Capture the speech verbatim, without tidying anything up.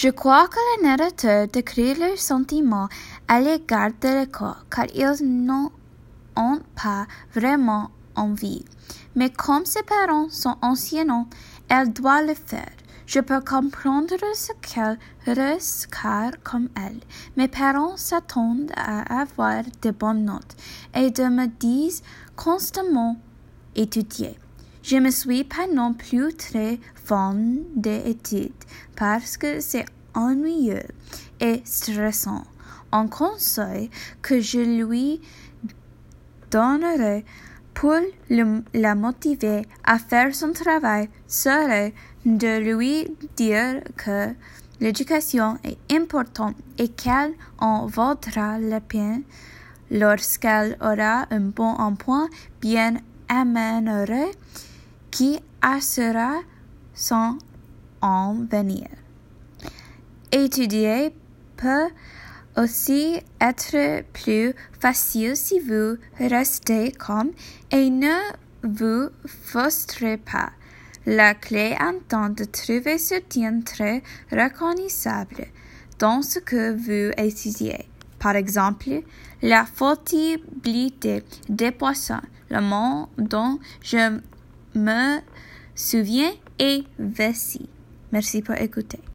Je crois que les narrateurs décrivent leurs sentiments à l'égard de l'école, car ils n'en ont pas vraiment envie. Mais comme ses parents sont enseignants, elle doit le faire. Je peux comprendre ce qu'elle reste car, comme elle, mes parents s'attendent à avoir de bonnes notes et de me disent constamment étudier. Je ne suis pas non plus très fan des études parce que c'est ennuyeux et stressant. Un conseil que je lui donnerai pour le, la motiver à faire son travail serait de lui dire que l'éducation est importante et qu'elle en vaudra la peine lorsqu'elle aura un bon emploi bien amélioré qui assurera son avenir. Étudier peut aussi être plus facile si vous restez calme et ne vous frustrez pas. La clé étant de trouver soutien très reconnaissable dans ce que vous étudiez. Par exemple, la fertilité des poissons, le mot dont je me souviens est vessie. Merci pour écouter.